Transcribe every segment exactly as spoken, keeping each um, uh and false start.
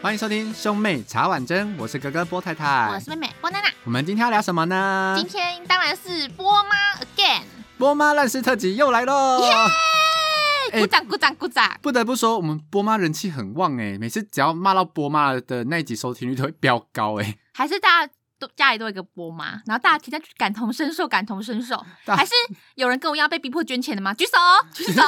欢迎收听兄妹茶碗蒸，我是哥哥波太太， 我是妹妹波娜娜。 我们今天要聊什么呢？ 今天当然是波妈 again， 波妈烂事特辑又来喽！ 耶、 欸！ 鼓掌鼓掌鼓掌！ 不得不说，我们波妈人气很旺哎，每次只要骂到波妈的那一集收听率都会飙高哎。 还是大家都家里都有一个波妈，然后大家听到感同身受，感同身受。还是有人跟我一样被逼迫捐钱的吗？举手举手！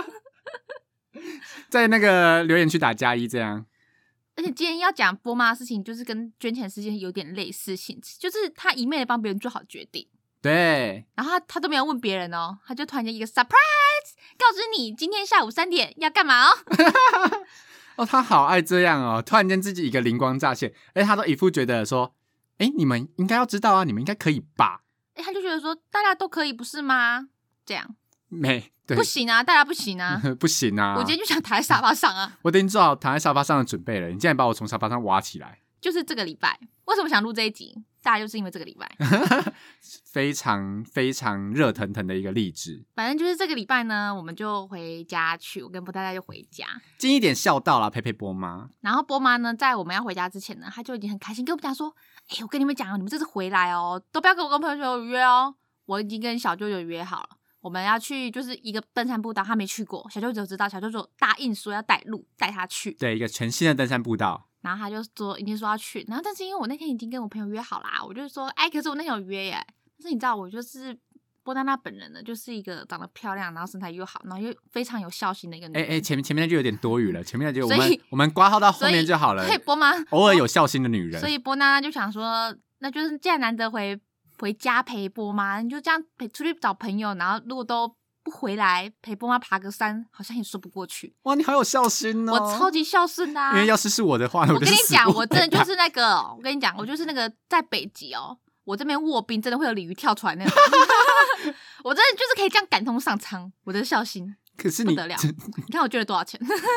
在那个留言区打加一这样。 而且今天要讲波妈的事情，就是跟捐钱事件有点类似性质，就是他一昧的帮别人做好决定， 对， 然后他他都没有问别人哦，他就突然间一个 surprise， 告知你今天下午三点要干嘛哦。 哦，他好爱这样哦，突然间自己一个灵光乍现，而且他都一副觉得说，哎，你们应该要知道啊，你们应该可以吧？ 哎，他就觉得说大家都可以不是吗？这样没。 不行啊，大家不行啊， 不行啊！ 我今天就想躺在沙发上啊。 我已经做好躺在沙发上的准备了，你竟然把我从沙发上挖起来。 就是这个礼拜，为什么想录这一集？大概就是因为这个礼拜， 非常非常热腾腾的一个励志。 反正就是这个礼拜呢，我们就回家去，我跟波太太就回家， 尽一点孝道啦，陪陪波妈。 然后波妈呢，在我们要回家之前呢，她就已经很开心跟我们讲说：“哎、欸，我跟你们讲哦，你们这次回来哦，都不要跟我跟朋友有约哦，我已经跟小舅舅约好了。”我们要去就是一个登山步道，他没去过，小舅舅知道，小舅舅答应说要带路带他去， 对，一个全新的登山步道。 然后他就说已经说要去，然后但是因为我那天已经跟我朋友约好啦，我就说哎，可是我那天有约耶，但是你知道我就是波娜娜本人呢，就是一个长得漂亮，然后身材又好，然后又非常有孝心的一个女人。 哎哎，前面前面那句有点多余了，前面那句我们我们挂号到后面就好了。 所以波妈偶尔有孝心的女人， 所以波娜娜就想说，那就是既然难得回回家陪波妈，你就这样陪出去找朋友，然后如果都不回来陪波妈爬个山，好像也说不过去。 哇，你好有孝心哦！ 我超级孝顺的啊！ 因为要是是我的话， 我跟你讲，我真的就是那个，我跟你讲，我就是那个在北极哦，我这边卧冰真的会有鲤鱼跳出来那种，我真的就是可以这样感同上苍，我的孝心。 可是你不得了，你看我捐了多少钱？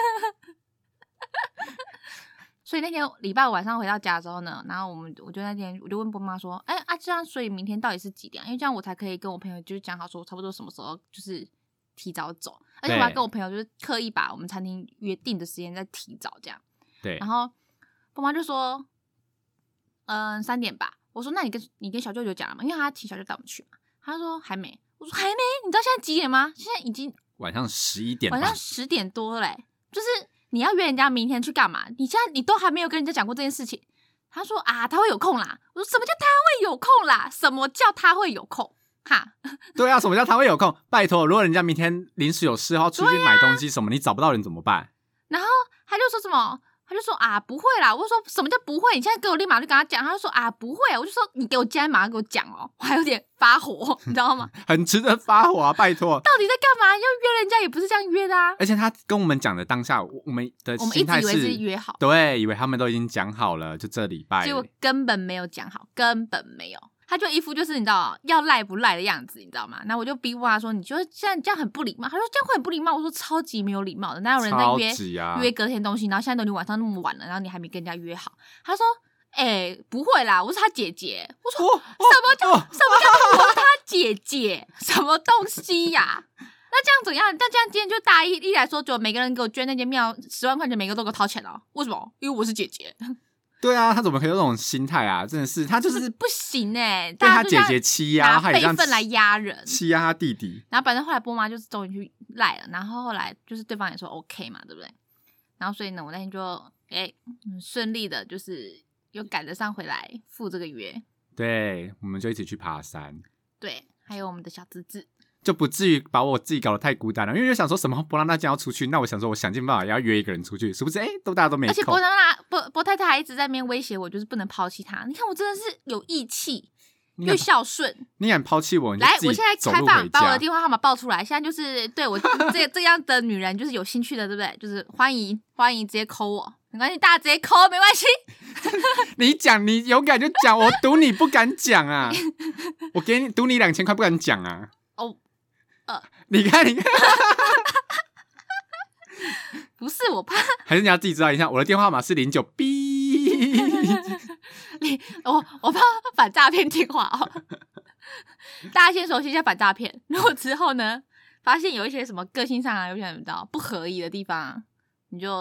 所以那天礼拜五晚上回到家之后呢，然后我们我就那天我就问波妈说，哎、欸、啊这样，所以明天到底是几点？因为这样我才可以跟我朋友就是讲好说差不多什么时候就是提早走，而且我要跟我朋友就是刻意把我们餐厅约定的时间再提早这样。 对， 然后波妈就说，嗯三点吧。我说那你跟你跟小舅舅讲了吗？因为他请小舅带我们去嘛。他说还没。我说还没？你知道现在几点吗？现在已经晚上十一点， 晚上十点多嘞、欸，就是。你要约人家明天去干嘛？你现在你都还没有跟人家讲过这件事情。他说啊，他会有空啦。我说什么叫他会有空啦？什么叫他会有空？哈， 对啊，什么叫他会有空？拜托，如果人家明天临时有事要出去买东西什么，啊、你找不到人怎么办？ 然后他就说什么？他就说啊，不会啦。我就说什么叫不会？你现在给我立马就跟他讲。他就说啊，不会。我就说你给我今天马上给我讲哦，我还有点发火，你知道吗？ 很值得发火啊！拜托， 到底在干嘛？要约人家也不是这样约的啊！ 而且他跟我们讲的当下，我们的心态是， 我们一直以为是约好， 对，以为他们都已经讲好了，就这礼拜， 结果根本没有讲好，根本没有。他就一副就是你知道要赖不赖的样子，你知道吗？然后我就逼问他说：“你觉得现在这样很不礼貌？”他说：“这样会很不礼貌。”我说：“超级没有礼貌的，哪有人在约、啊、约隔天东西？然后现在都已经晚上那么晚了，然后你还没跟人家约好？”他说：“哎、欸，不会啦，我是他姐姐。”我说：“哦、什么叫、哦、什么叫我是他姐姐？什么东西呀、啊？那这样怎样？那这样今天就大一一来说，就每个人给我捐那间庙十万块钱，每个都给我掏钱了。为什么？因为我是姐姐。” 对啊，他怎么可以有这种心态啊？真的是，他就是、 就是、不行哎、欸， 被他姐姐欺压， 拿辈分来压人， 欺压他弟弟。 然后反正后来波妈就是终于去赖了，然后后来就是对方也说 OK 嘛，对不对？然后所以呢，我那天就哎顺、欸、利的，就是又赶得上回来赴这个约。 对，我们就一起去爬山。 对，还有我们的小侄子。 就不至于把我自己搞得太孤单了，因为就想说什么波娜娜这样要出去，那我想说我想尽办法也要约一个人出去，是不是？哎，都大家都没空。 而且波娜娜波波太太还一直在那边威胁我，就是不能抛弃他。你看我真的是有义气又孝顺。 你敢抛弃我？你来，我现在开放把我的电话号码报出来。现在就是对我这这样的女人，就是有兴趣的，对不对？就是欢迎欢迎直接 call 我，没关系，大家直接 call 没关系。 你讲，你勇敢就讲，我赌你不敢讲啊！我给你赌你两千块，不敢讲啊！ 哦。呃， 你看，你看， 不是我怕， 还是你要自己知道一下，我的电话号码是零九 B， 我我怕反诈骗电话哦。大家先熟悉一下反诈骗，如果之后呢，发现有一些什么个性上啊，有些不到不合意的地方、啊，你就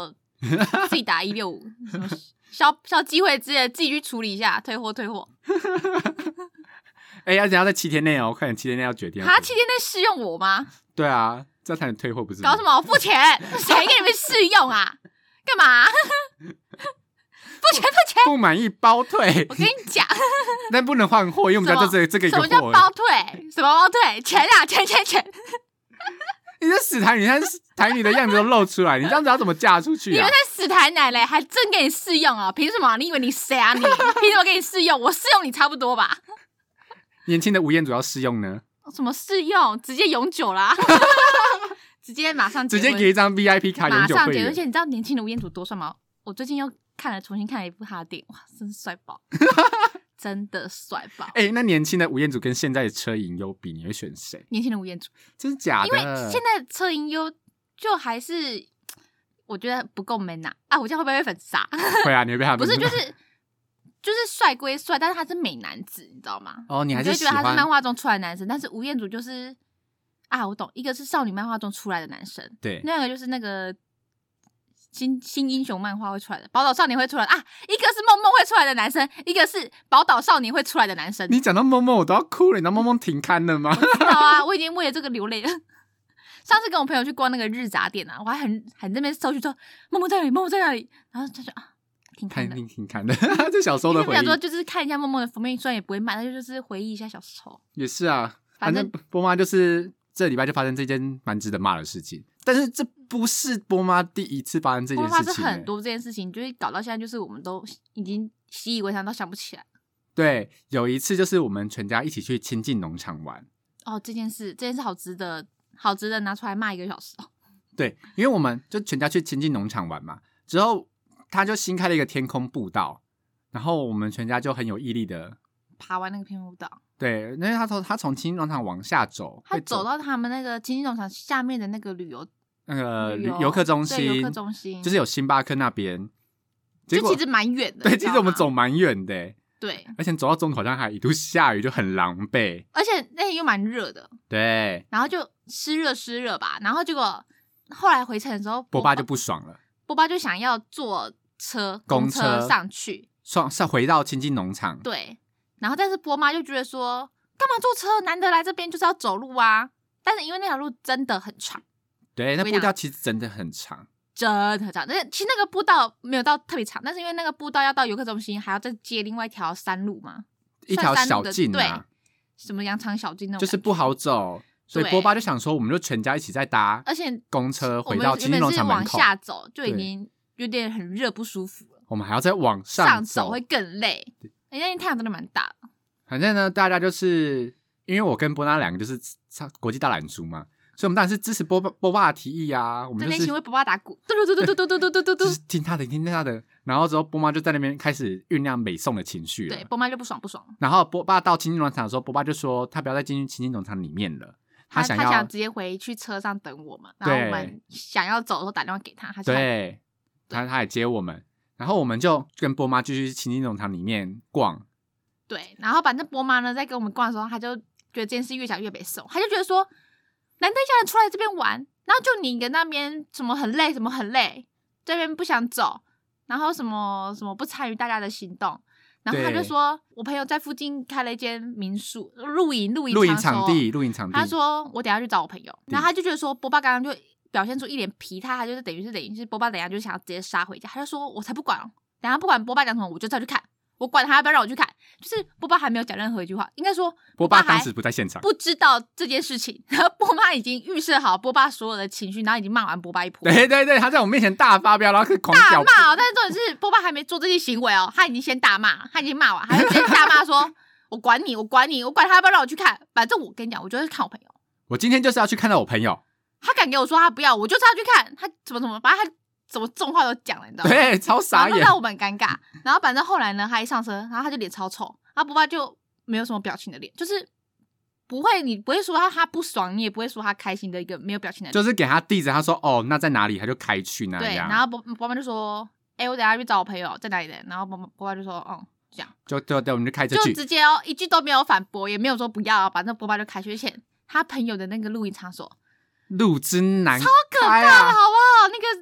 自己打一六五，什么消消机会之类的，自己去处理一下，退货退货。 哎、欸，而且要在七天内哦，快点七天内要决定。 他七天内试用我吗？ 对啊，这样才能退货不是吗？ 搞什么？我付钱，谁给你们试用啊？干嘛？付钱付钱， 不满意包退。 我跟你讲， 但不能换货，因为我们家这这个一个货。 什么叫包退？什么包退？钱啊，钱钱钱！ 你这死台女，看台女的样子都露出来，你这样子要怎么嫁出去啊？ 你们在死台奶嘞，还真给你试用啊？凭什么？你以为你谁啊？你凭什么给你试用？我试用你差不多吧？ 年轻的吴彦祖要试用呢？ 什么试用？直接永久啦！直接马上直接给一张 V I P 卡，永久会员。 而且你知道年轻的吴彦祖多帅吗？我最近又看了，重新看了一部他的电影，哇，真是帅爆！真的帅爆！ 哎、欸，那年轻的吴彦祖跟现在的车银优比，你会选谁？ 年轻的吴彦祖， 真是假的？ 因为现在的车银优就还是我觉得不够 man 啊！啊，我这样会不会被粉杀？ 会啊，你会被他不是，就是就是帅归帅，但是他是美男子，你知道吗？ 哦，你还是喜欢觉得他是漫画中出来的男生，但是吴彦祖就是啊，我懂，一个是少女漫画中出来的男生， 对， 那个就是那个。新新英雄漫画会出来的，宝岛少年会出来的啊！一个是梦梦会出来的男生，一个是宝岛少年会出来的男生。 你讲到梦梦，我都要哭了。你知道梦梦停刊了吗？ 我知道啊，我已经为了这个流泪了。上次跟我朋友去逛那个日杂店啊，我还很很这边搜去说梦梦在哪里，梦梦在哪里，然后他就啊停刊了， 停停刊的，这小时候的回忆。 想说就是看一下梦梦的封面，虽然也不会卖，但就是回忆一下小时候。 也是啊，反正波妈就是这礼拜就发生这件蛮值得骂的事情。但是这不是波妈第一次发生这件事情、欸， 波妈是很多这件事情，就是搞到现在，就是我们都已经习以为常，都想不起来。 对，有一次就是我们全家一起去清境农场玩。 哦，这件事，这件事好值得，好值得拿出来骂一个小时哦。 对，因为我们就全家去清境农场玩嘛，之后他就新开了一个天空步道，然后我们全家就很有毅力的爬完那个天空步道。 对，因为他从他从清境农场往下走， 他走到他们那个清境农场下面的那个旅游那个游客中心， 游客中心就是有星巴克那边， 就其实蛮远的。 对，其实我们走蛮远的。 对， 而且走到中途好像还一度下雨，就很狼狈。 而且那天又蛮热的， 对， 然后就湿热湿热吧。然后结果后来回程的时候， 波爸就不爽了， 波爸就想要坐车公车上去， 上上回到清境农场。 对，然后但是波妈就觉得说，干嘛坐车？难得来这边就是要走路啊。但是因为那条路真的很长， 对，那步道其实真的很长。 真的很长，但是其实那个步道没有到特别长，但是因为那个步道要到游客中心，还要再接另外一条山路嘛， 一条小径啊， 对，什么羊肠小径那种， 就是不好走，所以波爸就想说，我们就全家一起再搭， 而且公车回到清境农场门口， 往下走就已经有点很热不舒服了， 我们还要再往上走, 上走会更累，哎，那天太阳真的蛮大的。 反正呢，大家就是因为我跟波娜两个就是国际大懒猪嘛。所以我们当然是支持波波爸的提议啊，我们就是为波爸打鼓，嘟嘟嘟嘟嘟嘟嘟嘟嘟嘟， 就是听他的，听他的。然后之后波妈就在那边开始酝酿美颂的情绪了。 对，波妈就不爽不爽。 然后波爸到清境农场的时候，波爸就说他不要再进去清境农场里面了， 他想要他想直接回去车上等我们。然后我们想要走的时候打电话给他，他对，他他也接我们，然后我们就跟波妈继续去清境农场里面逛。 对，然后反正波妈呢在跟我们逛的时候，他就觉得这件事越讲越北宋，他就觉得说。难得一家人出来这边玩，然后就你跟那边什么很累，什么很累，这边不想走，然后什么什么不参与大家的行动，然后他就说，我朋友在附近开了一间民宿，露营露营露营场地，露营场地。 他说我等一下去找我朋友，然后他就觉得说，波爸刚刚就表现出一脸疲态，他就是等于是等于是波爸等一下就想要直接杀回家，他就说我才不管哦，等一下不管波爸讲什么，我就再去看。我管他要不要让我去看，就是波爸还没有讲任何一句话，应该说波爸当时不在现场， 不知道这件事情。然后波妈已经预设好波爸所有的情绪，然后已经骂完波爸一波。 对对对，他在我面前大发飙，然后是狂大骂哦。但是重点是波爸还没做这些行为哦，他已经先大骂，他已经骂完，还会直接大骂说：“我管你，我管你，我管他要不要让我去看，反正我跟你讲，我就是看我朋友。 我今天就是要去看到我朋友。 他敢给我说他不要，我就是要去看他怎么怎么，反正他。”什么重话都讲了，你知道吗？ 对，超傻眼， 让我们很尴尬。然后反正后来呢，他一上车，然后他就脸超臭，然后波爸就没有什么表情的脸，就是不会，你不会说他他不爽，你也不会说他开心的一个没有表情的脸， 就是给他地址，他说哦，那在哪里，他就开去那样。 对，然后波波爸就说，哎、欸，我等一下去找我朋友在哪里的，然后波波爸就说，嗯，这样， 就对对，我们就开车去， 就直接哦，一句都没有反驳，也没有说不要，反正波爸就开去，而且他朋友的那个露营场所， 路之难、啊， 超可怕的，好不好？那个。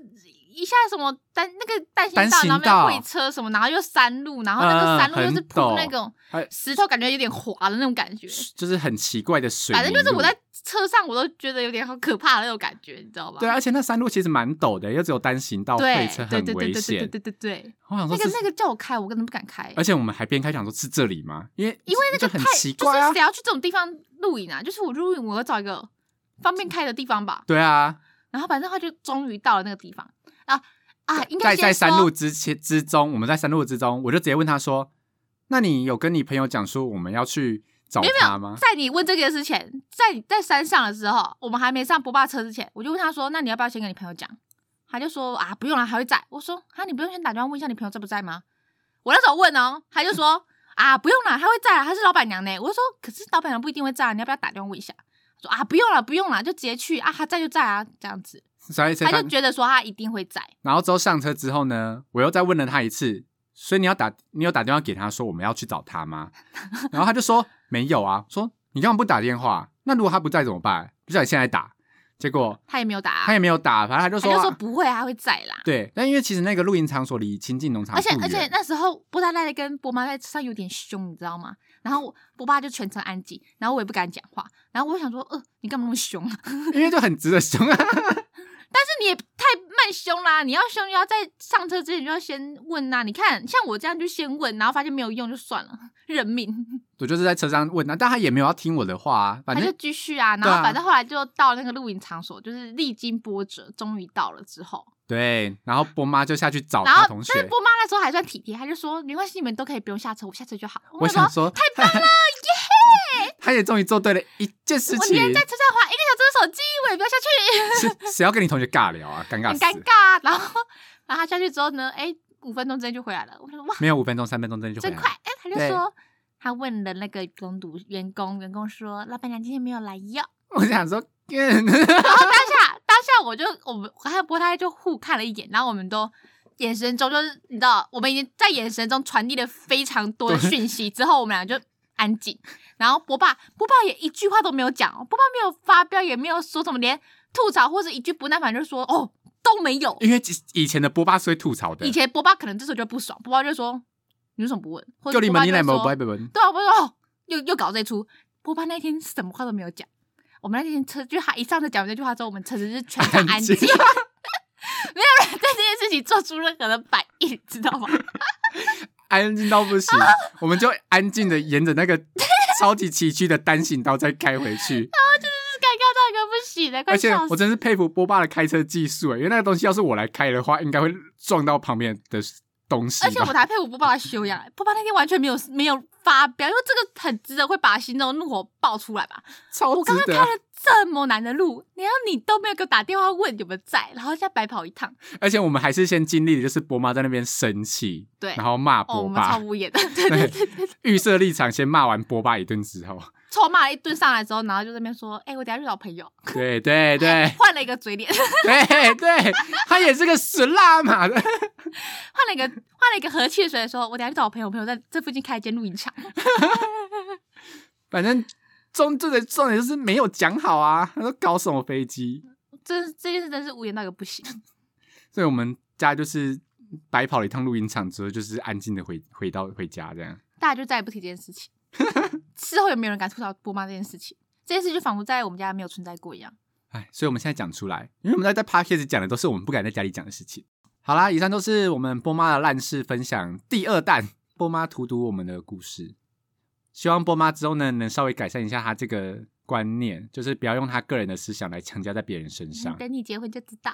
一下什么单那个单行道， 单行道然后没有会车什么，然后又山路，然后那个山路又是铺那种石头，感觉有点滑的那种感觉， 就是很奇怪的水泥路。 反正就是我在车上我都觉得有点好可怕的那种感觉，你知道吧？ 对，而且那山路其实蛮陡的，又只有单行道，会车很危险。 对对对对对对对对。 我想说那个那个叫我开，我根本不敢开。 而且我们还边开想说是这里吗？因为因为那个很奇怪啊，就是谁要去这种地方露营啊？就是我露营，我要找一个方便开的地方吧。 对啊。 然后反正他就终于到了那个地方啊啊！应该在在山路之前之中，我们在山路之中，我就直接问他说：“那你有跟你朋友讲说我们要去找他吗？” 在你问这个之前，在你在山上的时候，我们还没上波霸车之前，我就问他说：“那你要不要先跟你朋友讲？”他就说：“啊，不用了，还会在。”我说：“啊，你不用先打电话问一下你朋友在不在吗？”我那时候问哦，他就说：“啊，不用了，他会在啊，他是老板娘呢。”我就说：“可是老板娘不一定会在啊，你要不要打电话问一下？”他说：“啊，不用了，不用了，就直接去啊，他在就在啊，这样子。” 所以他就觉得说他一定会在。 然后之后上车之后呢，我又再问了他一次，所以你要打你有打电话给他说我们要去找他吗？然后他就说没有啊，说你干嘛不打电话？那如果他不在怎么办？就叫你现在打。结果他也没有打、啊， 他也没有打，反正他就说他就说不会，他会在啦。 对，但因为其实那个露营场所离清境农场不远， 而且而且那时候波大奶奶跟波妈在车上有点凶，你知道吗？然后波爸就全程安静，然后我也不敢讲话，然后我想说，呃，你干嘛那么凶？ 因为就很值得凶啊。 但是你也太慢凶啦！你要凶就要在上车之前就要先问啊！你看，像我这样就先问，然后发现没有用就算了，认命。 我就是在车上问啊，但他也没有要听我的话啊，反正他就继续啊，然后反正后来就到那个露营场所，就是历经波折，终于到了之后。 对，然后波妈就下去找他同学， 但是波妈那时候还算体贴，她就说没关系，你们都可以不用下车，我下车就好。 我想说太棒了，耶！ 他也终于做对了一件事情。我今天在车上滑一个小时的手机，我也不要下去。 是谁要跟你同学尬聊啊？尴尬死， 很尴尬。然后，然后他下去之后呢，哎，五分钟之内就回来了。我说哇， 没有五分钟，三分钟之内就回来了， 真快。哎，他就说他问了那个工读员工，员工说老板娘今天没有来要。 我想说， 然后当下当下我就我们还有波太就互看了一眼，然后我们都眼神中就是你知道，我们已经在眼神中传递了非常多的讯息，之后我们俩就安静。然后波爸波爸也一句话都没有讲，波爸没有发飙，也没有说什么，连吐槽或者一句不耐烦就说哦都没有。 因为以前的波爸是会吐槽的， 以前波爸可能这时候就不爽，波爸就说你为什么不问？或者就你们你来没有不问？ 对啊，我说哦又又搞这出。波爸那天什么话都没有讲。我们那天车就他一上车讲完这句话之后，我们车子是全场安静，没有人对这件事情做出任何的反应，知道吗？ 安静到不行，我们就安静的沿着那个超级崎岖的单行道再开回去， 然后真的是尴尬到一个不行的， 而且我真是佩服波爸的开车技术，因为那个东西要是我来开的话，应该会撞到旁边的东西。 而且我还佩服波爸的修养，波爸那天完全没有没有发飙，因为这个很值得会把心中的怒火爆出来吧。 超值的， 我刚刚开了这么难的路，然后你都没有给我打电话问有没有在，然后现在白跑一趟。而且我们还是先经历的就是波妈在那边生气， 对， 然后骂波爸， 哦、我们超无言的，对对对对。 预设立场先骂完波爸一顿之后， 臭骂了一顿上来之后，然后就在那边说：“哎、欸，我等一下去找朋友。” 对对对， 换了一个嘴脸， 对对，他也是个死辣嘛的， 换了一个换了一个和气的水说：“我等一下去找我朋友，我朋友在这附近开一间露营场。” 反正重这个重点就是没有讲好啊，他说搞什么飞机？ 这这件事真是无言到一个不行。 所以我们家就是白跑了一趟露营场之后，就是安静的回回到回家这样。 大家就再也不提这件事情。事后有没有人敢吐槽波妈这件事情？这件事就仿佛在我们家没有存在过一样。 哎，所以我们现在讲出来，因为我们在在 podcast 讲的都是我们不敢在家里讲的事情。好啦，以上都是我们波妈的烂事分享第二弹，波妈荼毒我们的故事。希望波妈之后呢，能稍微改善一下她这个观念，就是不要用她个人的思想来强加在别人身上。 等你结婚就知道。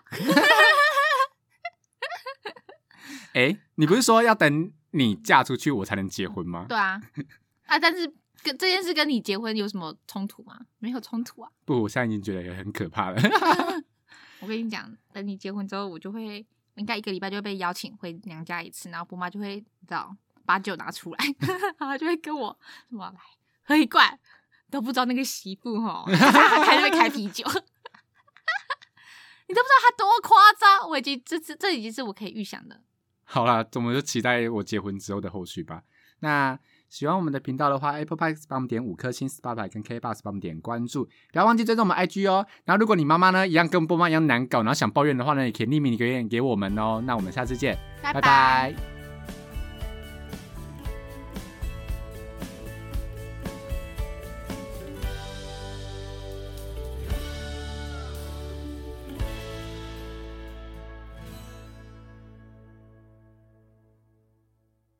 哎、欸，你不是说要等你嫁出去我才能结婚吗？ 对啊，啊，但是跟这件事跟你结婚有什么冲突吗？没有冲突啊。 不，我现在已经觉得也很可怕了。 我跟你讲，等你结婚之后，我就会应该一个礼拜就会被邀请回娘家一次，然后波妈就会你知道把酒拿出来，然后就会跟我什么来喝一罐，都不知道那个媳妇齁开那边开啤酒。你都不知道他多夸张，我已经这这这已经是我可以预想的。 好啦，我们就期待我结婚之后的后续吧。那喜欢我们的频道的话 Apple Podcast 帮我们点五颗星 Spotify 跟 K B O X 帮我们点关注，不要忘记追踪我们 I G 哦。然后如果你妈妈呢一样跟波妈一样难搞，然后想抱怨的话呢，也可以匿名留言给我们哦。那我们下次见， 拜拜。 拜拜。